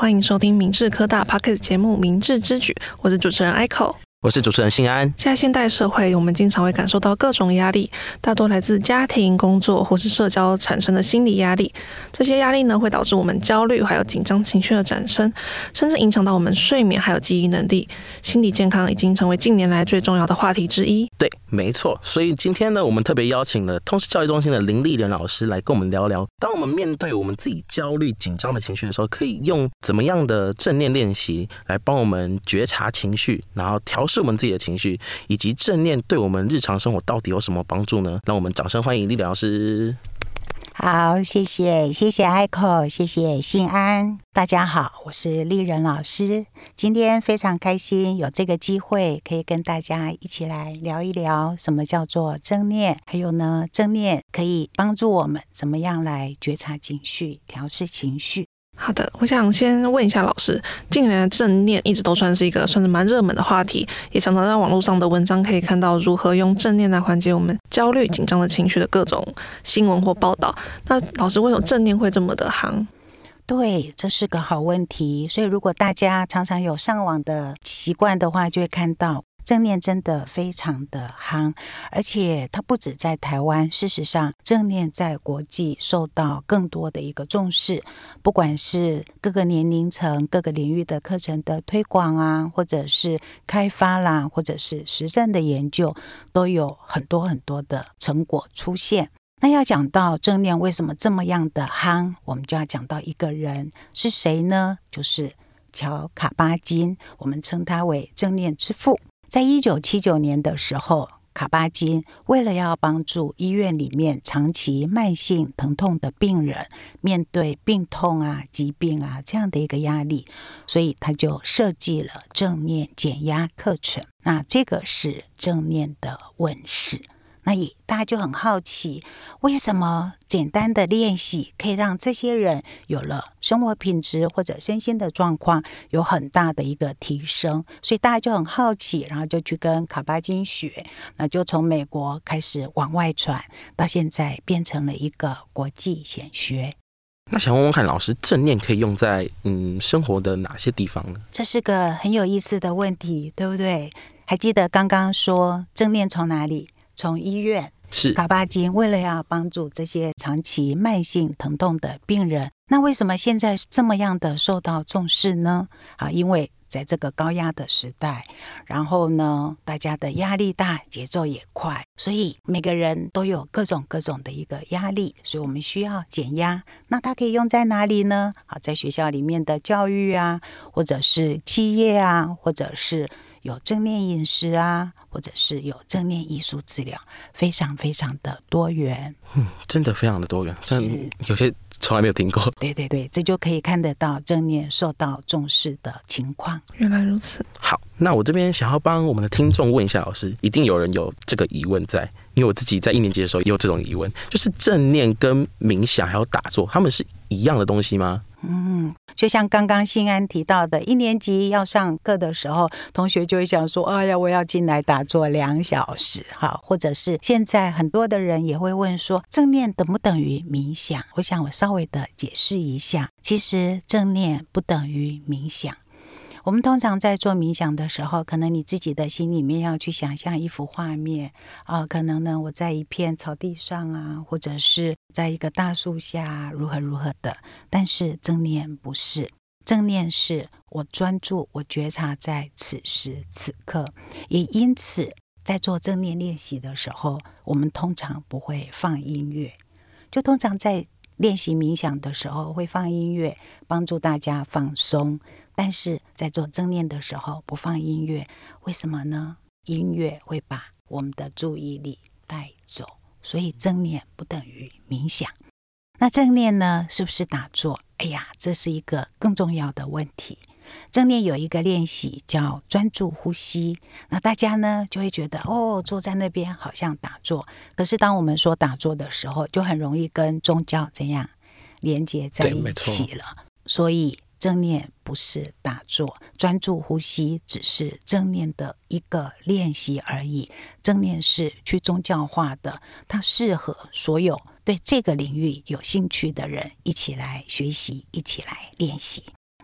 欢迎收听明志科大 Podcast 节目《明志之举》，我是主持人 Echo。 我是主持人信安。 现在现代社会，我们经常会感受到各种压力，大多来自家庭、工作或是社交产生的心理压力。这些压力呢，会导致我们焦虑还有紧张情绪的产生，甚至影响到我们睡眠还有记忆能力。心理健康已经成为近年来最重要的话题之一。 对，没错。所以今天呢，我们特别邀请了通识教育中心的林丽莲老师来跟我们聊聊，当我们面对我们自己焦虑、紧张的情绪的时候，可以用怎么样的正念练习来帮我们觉察情绪，然后调试我们自己的情绪，以及正念对我们日常生活到底有什么帮助呢？让我们掌声欢迎丽莲老师。 好，谢谢 Echo， 谢谢信安。大家好，我是丽人老师。今天非常开心有这个机会可以跟大家一起来聊一聊什么叫做正念，还有呢，正念可以帮助我们怎么样来觉察情绪、调试情绪。 好的，我想先问一下老师，近年来正念一直都算是蛮热门的话题，也常常在网络上的文章可以看到如何用正念来缓解我们焦虑、紧张的情绪的各种新闻或报道。那老师，为什么正念会这么的夯？ 对，这是个好问题。所以如果大家常常有上网的习惯的话，就会看到正念真的非常的夯，而且它不止在台湾，事实上正念在国际受到更多的一个重视，不管是各个年龄层、各个领域的课程的推广啊，或者是开发啦，或者是实证的研究，都有很多很多的成果出现。那要讲到正念为什么这么样的夯，我们就要讲到一个人是谁呢？就是乔卡巴金，我们称他为正念之父。在1979年的时候，卡巴金为了要帮助医院里面长期慢性疼痛的病人面对病痛啊、疾病啊这样的一个压力，所以他就设计了正念减压课程。那这个是正念的问世。那大家就很好奇，为什么简单的练习可以让这些人有了生活品质或者身心的状况有很大的一个提升？所以大家就很好奇，然后就去跟卡巴金学，那就从美国开始往外传，到现在变成了一个国际显学。 那想问问看老师，正念可以用在生活的哪些地方呢？ 这是个很有意思的问题，对不对？还记得刚刚说正念从哪里？从医院， 是卡巴金为了要帮助这些长期慢性疼痛的病人，那为什么现在这么样的受到重视呢？因为在这个高压的时代，然后呢，大家的压力大，节奏也快，所以每个人都有各种的一个压力，所以我们需要减压。那它可以用在哪里呢？在学校里面的教育啊，或者是企业啊，或者是有正念饮食啊，或者是有正念艺术治疗，非常非常的多元。 真的非常的多元，但有些从来没有听过。 对对对，这就可以看得到正念受到重视的情况。 原来如此。 好，那我这边想要帮我们的听众问一下老师，一定有人有这个疑问在，因为我自己在1年级的时候也有这种疑问，就是正念跟冥想还有打坐，他们是一样的东西吗？ 就像刚刚信安提到的，1年级要上课的时候，同学就会想说，哎呀，我要进来打坐2小时，或者是现在很多的人也会问说，正念等不等于冥想？我想我稍微的解释一下，其实正念不等于冥想。我们通常在做冥想的时候，可能你自己的心里面要去想象一幅画面可能呢我在一片草地上啊，或者是在一个大树下如何的。但是正念不是，正念是我专注，我觉察在此时此刻。也因此在做正念练习的时候，我们通常不会放音乐，就通常在练习冥想的时候会放音乐，帮助大家放松。但是在做正念的时候不放音乐，为什么呢？音乐会把我们的注意力带走，所以正念不等于冥想。那正念呢，是不是打坐？这是一个更重要的问题。正念有一个练习叫专注呼吸，那大家呢就会觉得坐在那边好像打坐，可是当我们说打坐的时候，就很容易跟宗教怎样连接在一起了。所以正念不是打坐，专注呼吸只是正念的一个练习而已。正念是去宗教化的，它适合所有对这个领域有兴趣的人一起来学习，一起来练习。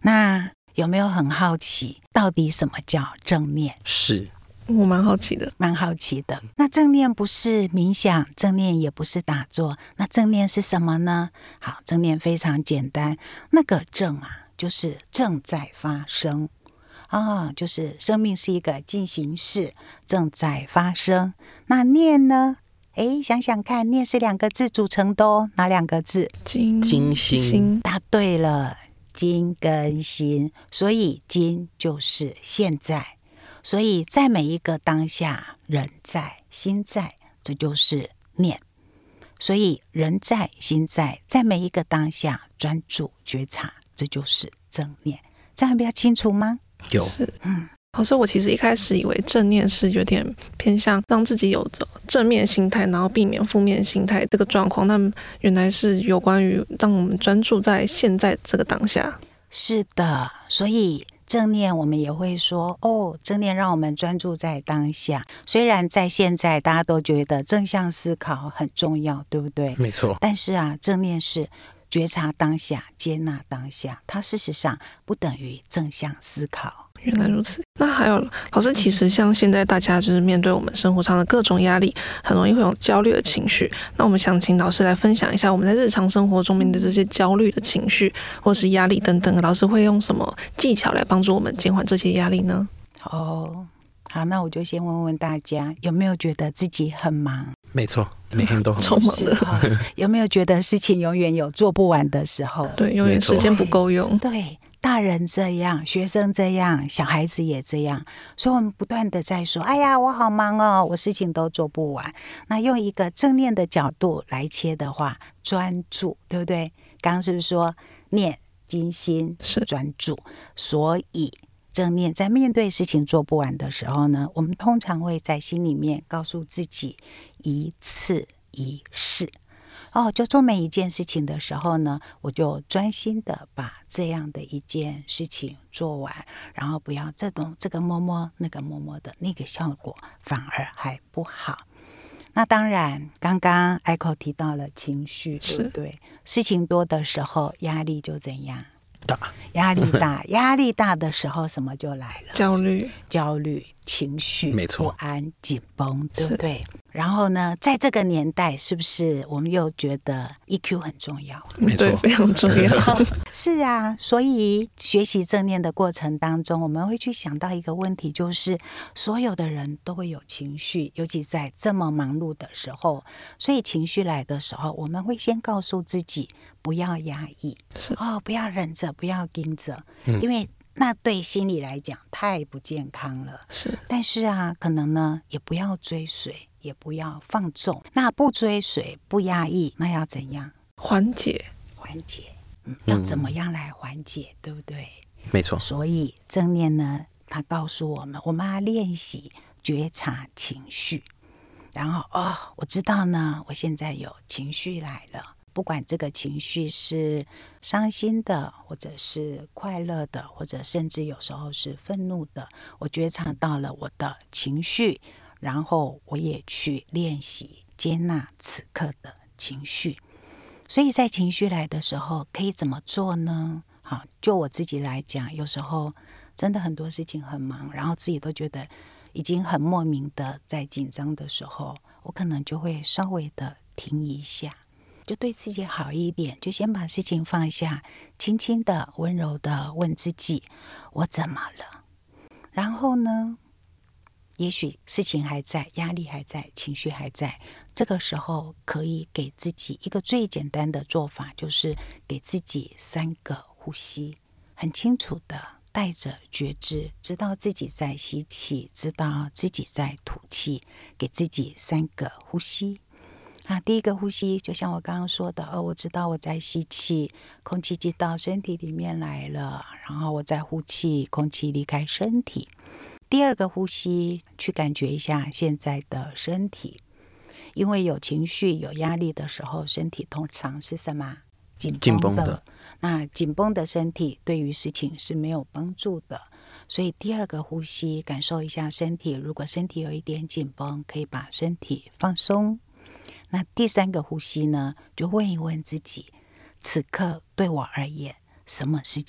那有没有很好奇，到底什么叫正念？ 是， 我蛮好奇的。 蛮好奇的。那正念不是冥想，正念也不是打坐，那正念是什么呢？好，正念非常简单，那个正啊，就是正在发生啊，就是生命是一个进行式，正在发生。那念呢？想想看，念是2个字组成的哦，哪2个字？ 金心。 答对了，金跟心，所以金就是现在，所以在每一个当下，人在心在，这就是念。所以人在心在，在每一个当下专注觉察，这就是正念。这样比较清楚吗？ 有。 是，老师，我其实一开始以为正念是有点偏向让自己有着正面心态，然后避免负面心态这个状况，但原来是有关于让我们专注在现在这个当下。 是的，所以正念我们也会说正念让我们专注在当下。虽然在现在大家都觉得正向思考很重要，对不对？ 没错。 但是啊，正念是觉察当下，接纳当下，它事实上不等于正向思考。 原来如此。那还有老师，其实像现在大家就是面对我们生活上的各种压力，很容易会有焦虑的情绪。那我们想请老师来分享一下，我们在日常生活中面对这些焦虑的情绪或是压力等等，老师会用什么技巧来帮助我们减缓这些压力呢？ 好，那我就先问问大家，有没有觉得自己很忙？ 没错，每天都很超忙的。 有没有觉得事情永远有做不完的时候？ 对，永远时间不够用。 对，大人这样，学生这样，小孩子也这样，所以我们不断的在说，哎呀，我好忙哦，我事情都做不完。那用一个正念的角度来切的话，专注，对不对？刚刚是不是说念精心是专注？所以正念在面对事情做不完的时候呢，我们通常会在心里面告诉自己一次一事。就做每一件事情的时候呢，我就专心的把这样的一件事情做完，然后不要这个摸摸那个摸摸的，那个效果反而还不好。那当然，刚刚 Echo 提到了情绪，对不对？事情多的时候，压力就怎样？压力大，压力大的时候，什么就来了？焦虑、情绪、 没错， 不安、紧绷，对不对？然后呢，在这个年代，是不是我们又觉得 EQ 很重要？ 没错， 非常重要。 是啊，所以学习正念的过程当中，我们会去想到一个问题，就是所有的人都会有情绪，尤其在这么忙碌的时候，所以情绪来的时候，我们会先告诉自己不要压抑，不要忍着，不要盯着，因为那对心理来讲太不健康了。但是啊，可能呢也不要追随，也不要放纵。那不追随不压抑，那要怎样缓解？ 要怎么样来缓解，对不对？ 没错。 所以正念呢，它告诉我们，我们要练习觉察情绪。然后我知道呢，我现在有情绪来了，不管这个情绪是伤心的，或者是快乐的，或者甚至有时候是愤怒的，我觉察到了我的情绪，然后我也去练习接纳此刻的情绪。所以在情绪来的时候可以怎么做呢？好，就我自己来讲，有时候真的很多事情很忙，然后自己都觉得已经很莫名的在紧张的时候，我可能就会稍微的停一下，就对自己好一点，就先把事情放下，轻轻的温柔的问自己我怎么了。然后呢，也许事情还在，压力还在，情绪还在，这个时候可以给自己一个最简单的做法，就是给自己3个呼吸，很清楚的带着觉知，知道自己在吸气，知道自己在吐气，给自己3个呼吸。第一个呼吸就像我刚刚说的，我知道我在吸气，空气进到身体里面来了，然后我在呼气，空气离开身体。第二个呼吸，去感觉一下现在的身体，因为有情绪有压力的时候，身体通常是什么？紧绷的。那紧绷的身体对于事情是没有帮助的，所以第二个呼吸，感受一下身体，如果身体有一点紧绷，可以把身体放松。那第3个呼吸呢，就问一问自己，此刻对我而言什么事情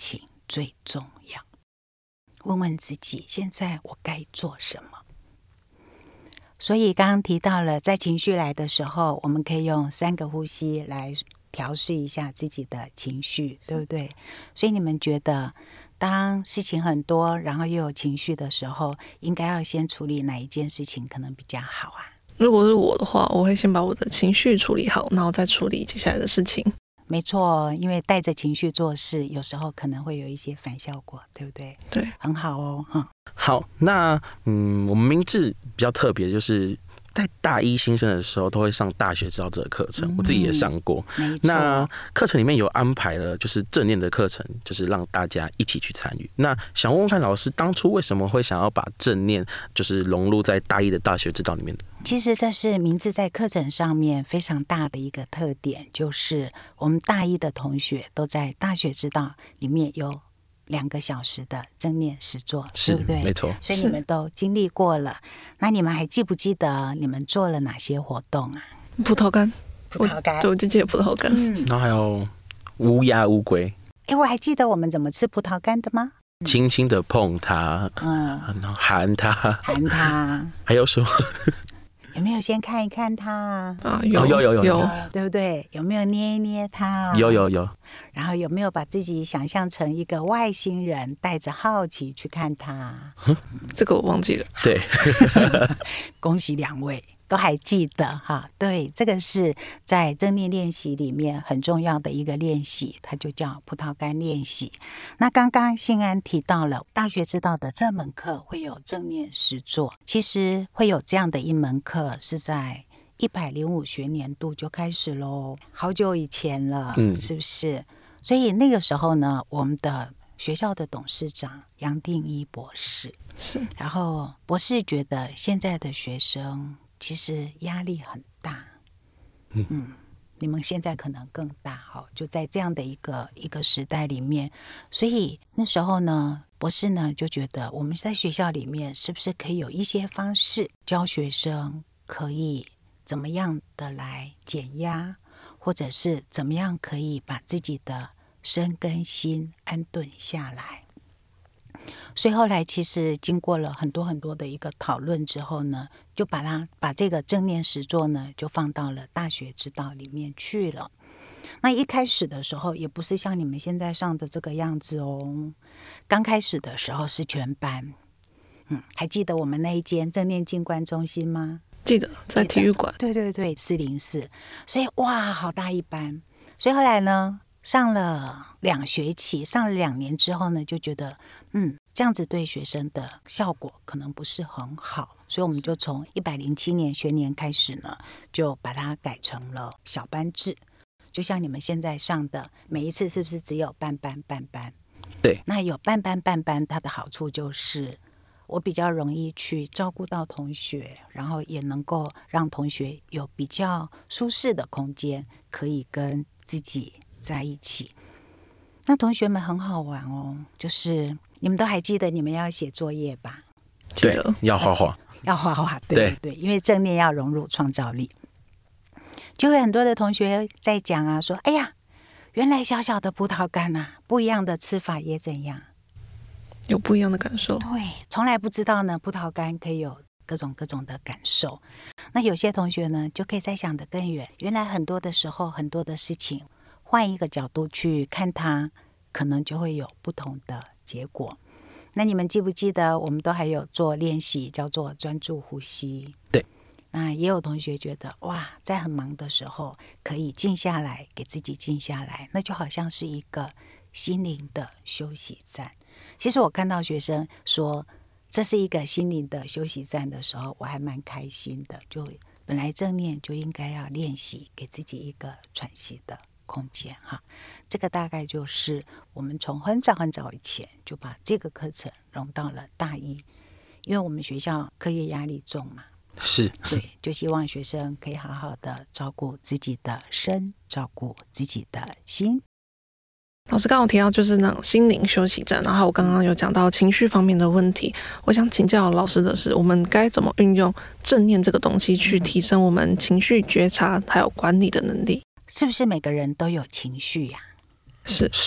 最重要。问问自己，现在我该做什么？所以刚刚提到了，在情绪来的时候，我们可以用3个呼吸来调试一下自己的情绪，对不对？所以你们觉得，当事情很多，然后又有情绪的时候，应该要先处理哪一件事情可能比较好啊？ 如果是我的话，我会先把我的情绪处理好，然后再处理接下来的事情。 没错，因为带着情绪做事，有时候可能会有一些反效果，对不对？ 对， 很好哦。 好，那我们明志比较特别，就是在大一新生的时候都会上大学之道这个课程，我自己也上过。 没错。 那课程里面有安排了就是正念的课程，就是让大家一起去参与。那想问问看老师，当初为什么会想要把正念就是融入在大一的大学之道里面的？ 其实这是明志在课程上面非常大的一个特点，就是我们大一的同学都在大学之道里面有2个小时的正念实作， 是对不对？ 没错。 所以你们都经历过了。那你们还记不记得你们做了哪些活动啊？ 葡萄干， 葡萄干， 对，我就记得葡萄干。 然后还有乌鸦乌龟， 我还记得我们怎么吃葡萄干的吗？ 轻轻的碰它，然后含它， 含它， 还有什么？ 有没有先看一看它啊？ 有， 对不对？有没有捏一捏它？ 有。 然后有没有把自己想象成一个外星人，带着好奇去看它？ 这个我忘记了。 对， 恭喜2位都还记得哈。对，这个是在正念练习里面很重要的一个练习，它就叫葡萄干练习。那刚刚信安提到了大学之道的这门课会有正念实作，其实会有这样的一门课是在105学年度就开始咯，好久以前了，是不是？所以那个时候呢，我们的学校的董事长杨定一博士是， 然后博士觉得现在的学生其实压力很大，你们现在可能更大，就在这样的一个时代里面，所以那时候呢，博士呢就觉得我们在学校里面是不是可以有一些方式教学生可以怎么样的来减压，或者是怎么样可以把自己的身跟心安顿下来。所以后来其实经过了很多很多的一个讨论之后呢，就把这个正念实作呢就放到了大学之道里面去了。那一开始的时候也不是像你们现在上的这个样子哦，刚开始的时候是全班。还记得我们那一间正念静观中心吗？ 记得在体育馆。 对404。所以哇，好大一班。所以后来呢，上了2学期，上了2年之后呢，就觉得这样子对学生的效果可能不是很好，所以我们就从107年学年开始呢，就把它改成了小班制。就像你们现在上的，每一次是不是只有半班？ 对。 那有半班，它的好处就是我比较容易去照顾到同学，然后也能够让同学有比较舒适的空间，可以跟自己在一起。那同学们很好玩哦，就是你们都还记得你们要写作业吧？ 对，要画画， 对，因为正念要融入创造力，就会很多的同学在讲啊，说哎呀，原来小小的葡萄干啊，不一样的吃法也怎样， 有不一样的感受。 对，从来不知道呢，葡萄干可以有各种的感受。那有些同学呢，就可以再想得更远，原来很多的时候，很多的事情，换一个角度去看它，可能就会有不同的结果。那你们记不记得我们都还有做练习叫做专注呼吸？ 对。 那也有同学觉得哇，在很忙的时候可以静下来，给自己静下来，那就好像是一个心灵的休息站。其实我看到学生说这是一个心灵的休息站的时候，我还蛮开心的。就本来正念就应该要练习给自己一个喘息的空间哈。这个大概就是我们从很早以前就把这个课程融到了大一，因为我们学校课业压力重嘛， 是， 对，就希望学生可以好好的照顾自己的身，照顾自己的心。 老师刚刚提到就是那种心灵休息站，然后我刚刚有讲到情绪方面的问题，我想请教老师的是，我们该怎么运用正念这个东西去提升我们情绪觉察还有管理的能力？ 是不是每个人都有情绪呀？ 是。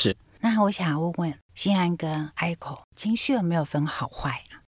那我想问问新安跟Aiko，情绪有没有分好坏啊？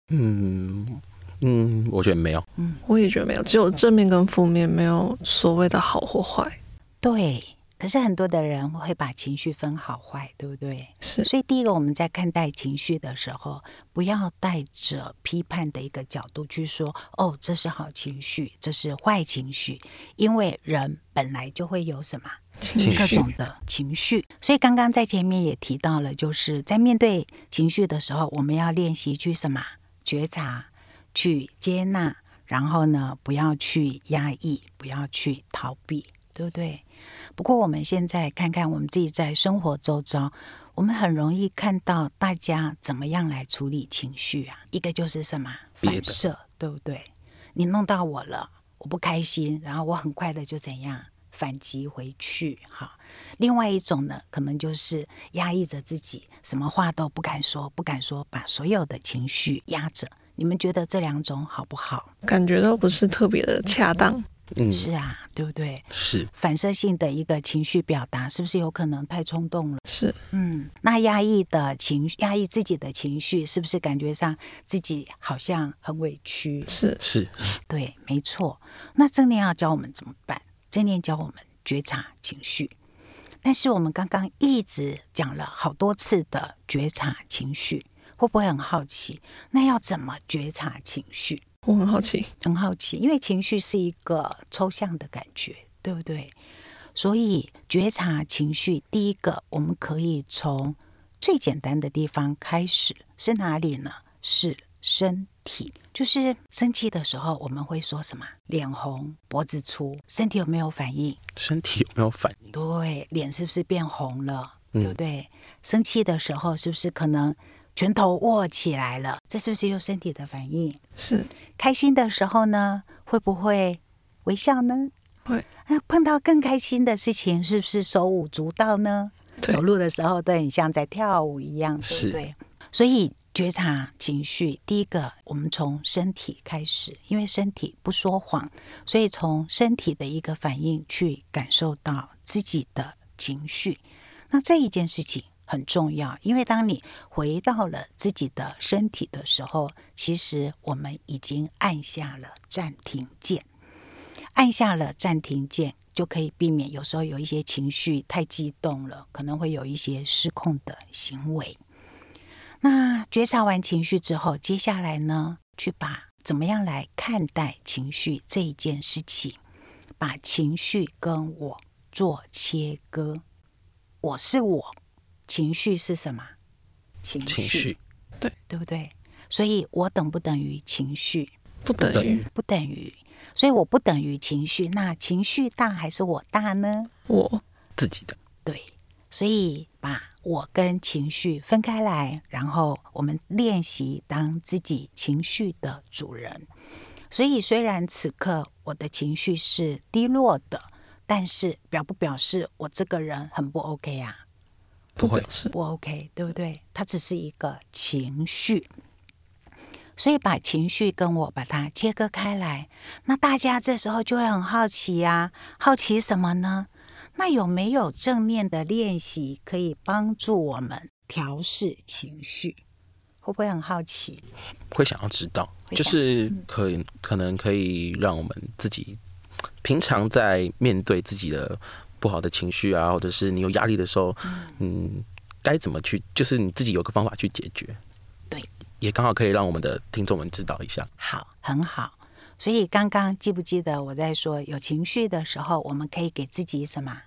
我觉得没有。 我也觉得没有，只有正面跟负面，没有所谓的好或坏。 对，可是很多的人会把情绪分好坏，对不对？ 是， 所以第一个，我们在看待情绪的时候，不要带着批判的一个角度去说，哦，这是好情绪，这是坏情绪，因为人本来就会有什么情绪各种的情绪。所以刚刚在前面也提到了，就是在面对情绪的时候，我们要练习去什么觉察，去接纳，然后呢，不要去压抑，不要去逃避，对不对？不过我们现在看看我们自己在生活周遭，我们很容易看到大家怎么样来处理情绪啊。一个就是什么反射，对不对？你弄到我了，我不开心，然后我很快的就怎样反击回去。好，另外一种呢，可能就是压抑着自己，什么话都不敢说，把所有的情绪压着。你们觉得这两种好不好？ 感觉都不是特别的恰当。 是啊，对不对？ 是反射性的一个情绪表达，是不是有可能太冲动了？ 是， 那压抑自己的情绪，是不是感觉上自己好像很委屈？ 是， 对，没错。那正念要教我们怎么办？正念教我们觉察情绪，但是我们刚刚一直讲了好多次的觉察情绪，会不会很好奇？那要怎么觉察情绪？ 我很好奇， 因为情绪是一个抽象的感觉，对不对？所以觉察情绪，第一个我们可以从最简单的地方开始，是哪里呢？是身体。就是生气的时候，我们会说什么？脸红、脖子粗，身体有没有反应？ 身体有没有反应？ 对，脸是不是变红了？对不对？生气的时候，是不是可能拳头握起来了？这是不是有身体的反应？ 是。 开心的时候呢，会不会微笑呢？ 会。 那碰到更开心的事情，是不是手舞足蹈呢？走路的时候都很像在跳舞一样，对不对？所以觉察情绪，第一个我们从身体开始，因为身体不说谎，所以从身体的一个反应去感受到自己的情绪。那这一件事情很重要，因为当你回到了自己的身体的时候，其实我们已经按下了暂停键。按下了暂停键，就可以避免有时候有一些情绪太激动了，可能会有一些失控的行为。那觉察完情绪之后，接下来呢，去把怎么样来看待情绪这一件事情，把情绪跟我做切割。我是我，情绪是什么？情绪，对不对？所以我等不等于情绪？ 不等于。 所以我不等于情绪，那情绪大还是我大呢？ 我自己的。 对，所以把我跟情绪分开来，然后我们练习当自己情绪的主人。所以虽然此刻我的情绪是低落的，但是表不表示我这个人很不 OK 啊？ 不会， 不 OK， 对不对？它只是一个情绪。所以把情绪跟我把它切割开来，那大家这时候就会很好奇啊，好奇什么呢？那有没有正念的练习可以帮助我们调试情绪？会不会很好奇？ 会想要知道，就是可能可以让我们自己平常在面对自己的不好的情绪啊，或者是你有压力的时候，该怎么去，就是你自己有个方法去解决。 对。 也刚好可以让我们的听众们知道一下。 好，很好。所以刚刚记不记得我在说有情绪的时候，我们可以给自己什么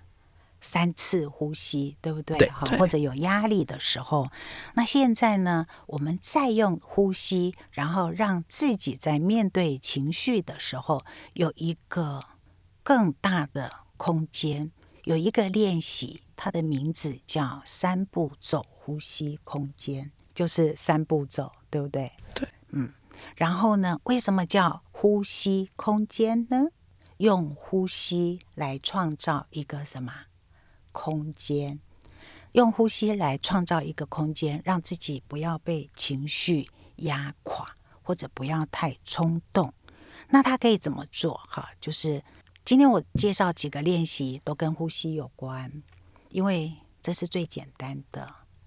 3次呼吸，对不对？ 对。 或者有压力的时候，那现在呢，我们再用呼吸，然后让自己在面对情绪的时候有一个更大的空间。有一个练习，它的名字叫3步骤呼吸空间，就是3步骤，对不对？ 对， 然后呢，为什么叫呼吸空间呢？用呼吸来创造一个什么空间？用呼吸来创造一个空间，让自己不要被情绪压垮，或者不要太冲动。那他可以怎么做？就是今天我介绍几个练习都跟呼吸有关，因为这是最简单的，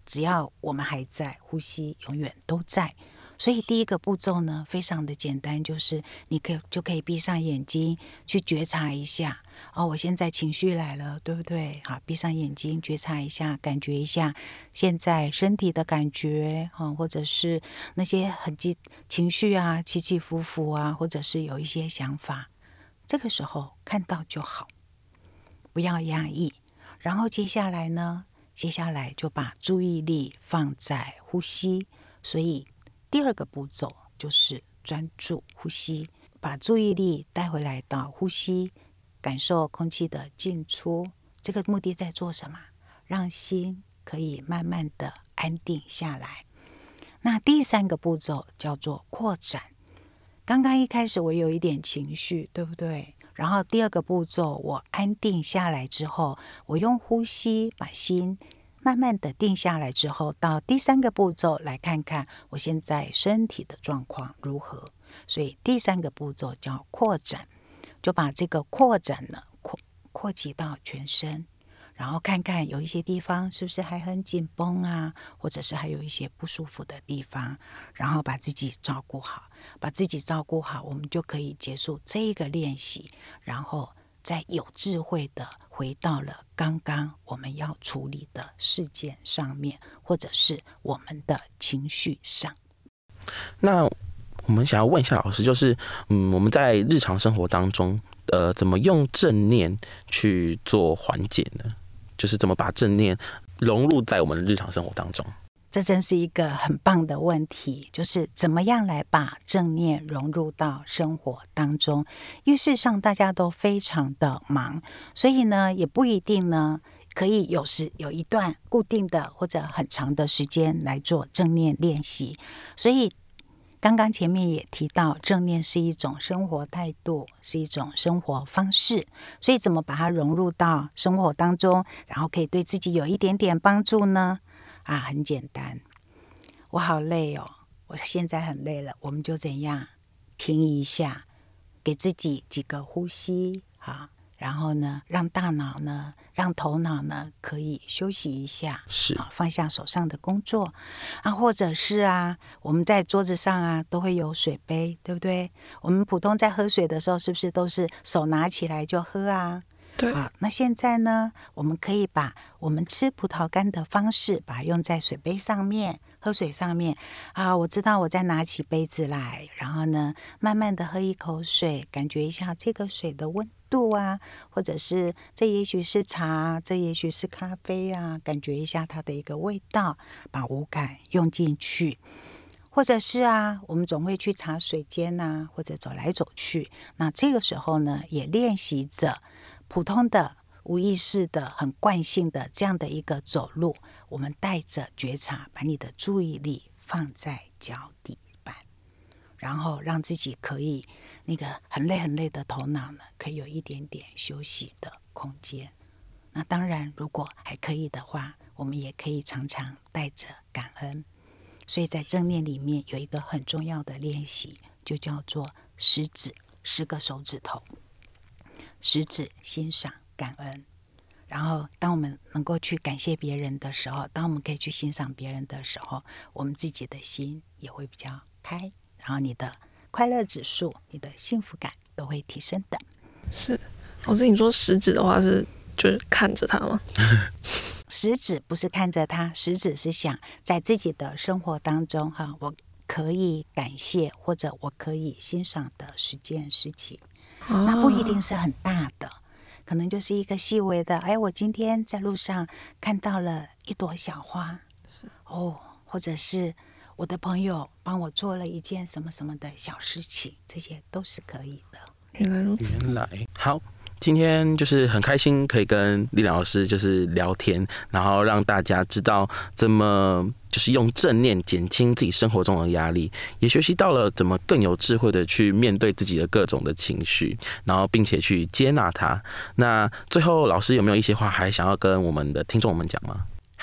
只要我们还在，呼吸永远都在。所以第一个步骤呢，非常的简单，就是你就可以闭上眼睛去觉察一下，我现在情绪来了，对不对？好，闭上眼睛觉察一下，感觉一下现在身体的感觉，或者是那些情绪啊，起起伏伏啊，或者是有一些想法，这个时候看到就好，不要压抑。然后接下来就把注意力放在呼吸，所以第二个步骤就是专注呼吸，把注意力带回来到呼吸，感受空气的进出。这个目的在做什么？让心可以慢慢的安定下来。那第三个步骤叫做扩展。刚刚一开始我有一点情绪，对不对？然后第二个步骤我安定下来之后，我用呼吸把心慢慢的定下来之后，到第三个步骤来看看我现在身体的状况如何。所以第三个步骤叫扩展，就把这个扩展呢扩及到全身，然后看看有一些地方是不是还很紧绷啊，或者是还有一些不舒服的地方，然后把自己照顾好，我们就可以结束这一个练习，然后再有智慧的回到了刚刚我们要处理的事件上面，或者是我们的情绪上。 那我们想要问一下老师，就是我们在日常生活当中，怎么用正念去做缓解呢？就是怎么把正念融入在我们的日常生活当中？ 这真是一个很棒的问题，就是怎么样来把正念融入到生活当中。因为事实上大家都非常的忙，所以呢也不一定呢可以有一段固定的或者很长的时间来做正念练习。所以刚刚前面也提到，正念是一种生活态度，是一种生活方式，所以怎么把它融入到生活当中，然后可以对自己有一点点帮助呢？很简单，我好累哦，我现在很累了，我们就怎样停一下，给自己几个呼吸，好，然后呢，让头脑呢可以休息一下， 是放下手上的工作或者是我们在桌子上都会有水杯，对不对？我们普通在喝水的时候，是不是都是手拿起来就喝啊？ 对。 那现在呢，我们可以把我们吃葡萄干的方式，把它用在水杯上面，喝水上面我知道我再拿起杯子来，然后呢，慢慢的喝一口水，感觉一下这个水的温度或者是这也许是茶，这也许是咖啡感觉一下它的一个味道，把五感用进去。或者是我们总会去茶水间或者走来走去，那这个时候呢，也练习着普通的无意识的很惯性的这样的一个走路，我们带着觉察，把你的注意力放在脚底板，然后让自己可以那个很累的头脑呢，可以有一点点休息的空间。那当然如果还可以的话，我们也可以常常带着感恩。所以在正念里面有一个很重要的练习，就叫做10个手指头，10指欣赏感恩。然后当我们能够去感谢别人的时候，当我们可以去欣赏别人的时候，我们自己的心也会比较开，然后你的快乐指数，你的幸福感都会提升的。 是，老师你说10指的话就是看着它吗 ？10指不是看着它，10指是想在自己的生活当中我可以感谢或者我可以欣赏的10件事情。那不一定是很大的，可能就是一个细微的，我今天在路上看到了一朵小花，或者是我的朋友帮我做了一件什么什么的小事情，这些都是可以的。 原来如此。 原来好，今天就是很开心可以跟丽老师就是聊天，然后让大家知道怎么就是用正念减轻自己生活中的压力，也学习到了怎么更有智慧的去面对自己的各种的情绪，然后并且去接纳它。那最后老师有没有一些话还想要跟我们的听众们讲吗？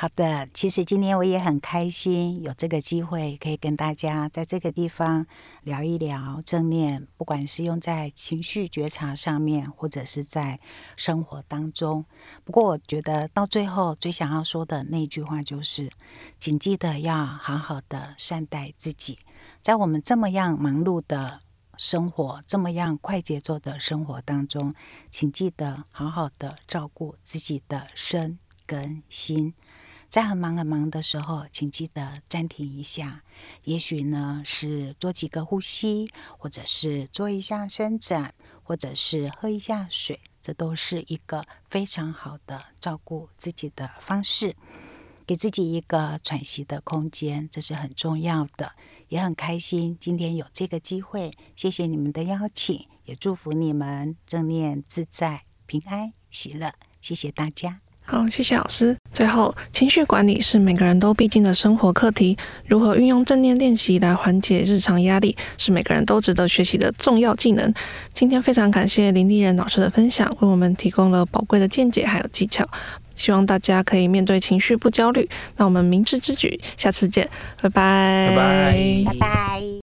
好的，其实今天我也很开心有这个机会可以跟大家在这个地方聊一聊正念，不管是用在情绪觉察上面，或者是在生活当中。不过我觉得到最后最想要说的那句话就是，谨记得要好好的善待自己。在我们这么样忙碌的生活，这么样快节奏的生活当中，请记得好好的照顾自己的身跟心。在很忙的时候，请记得暂停一下，也许呢是做几个呼吸，或者是做一下伸展，或者是喝一下水，这都是一个非常好的照顾自己的方式。给自己一个喘息的空间，这是很重要的。也很开心今天有这个机会，谢谢你们的邀请，也祝福你们正念自在、平安喜乐，谢谢大家。 好，谢谢老师。最后，情绪管理是每个人都必经的生活课题，如何运用正念练习来缓解日常压力，是每个人都值得学习的重要技能。今天非常感谢林立人老师的分享，为我们提供了宝贵的见解还有技巧。希望大家可以面对情绪不焦虑。那我们明智之举，下次见，拜拜， 拜拜， 拜拜。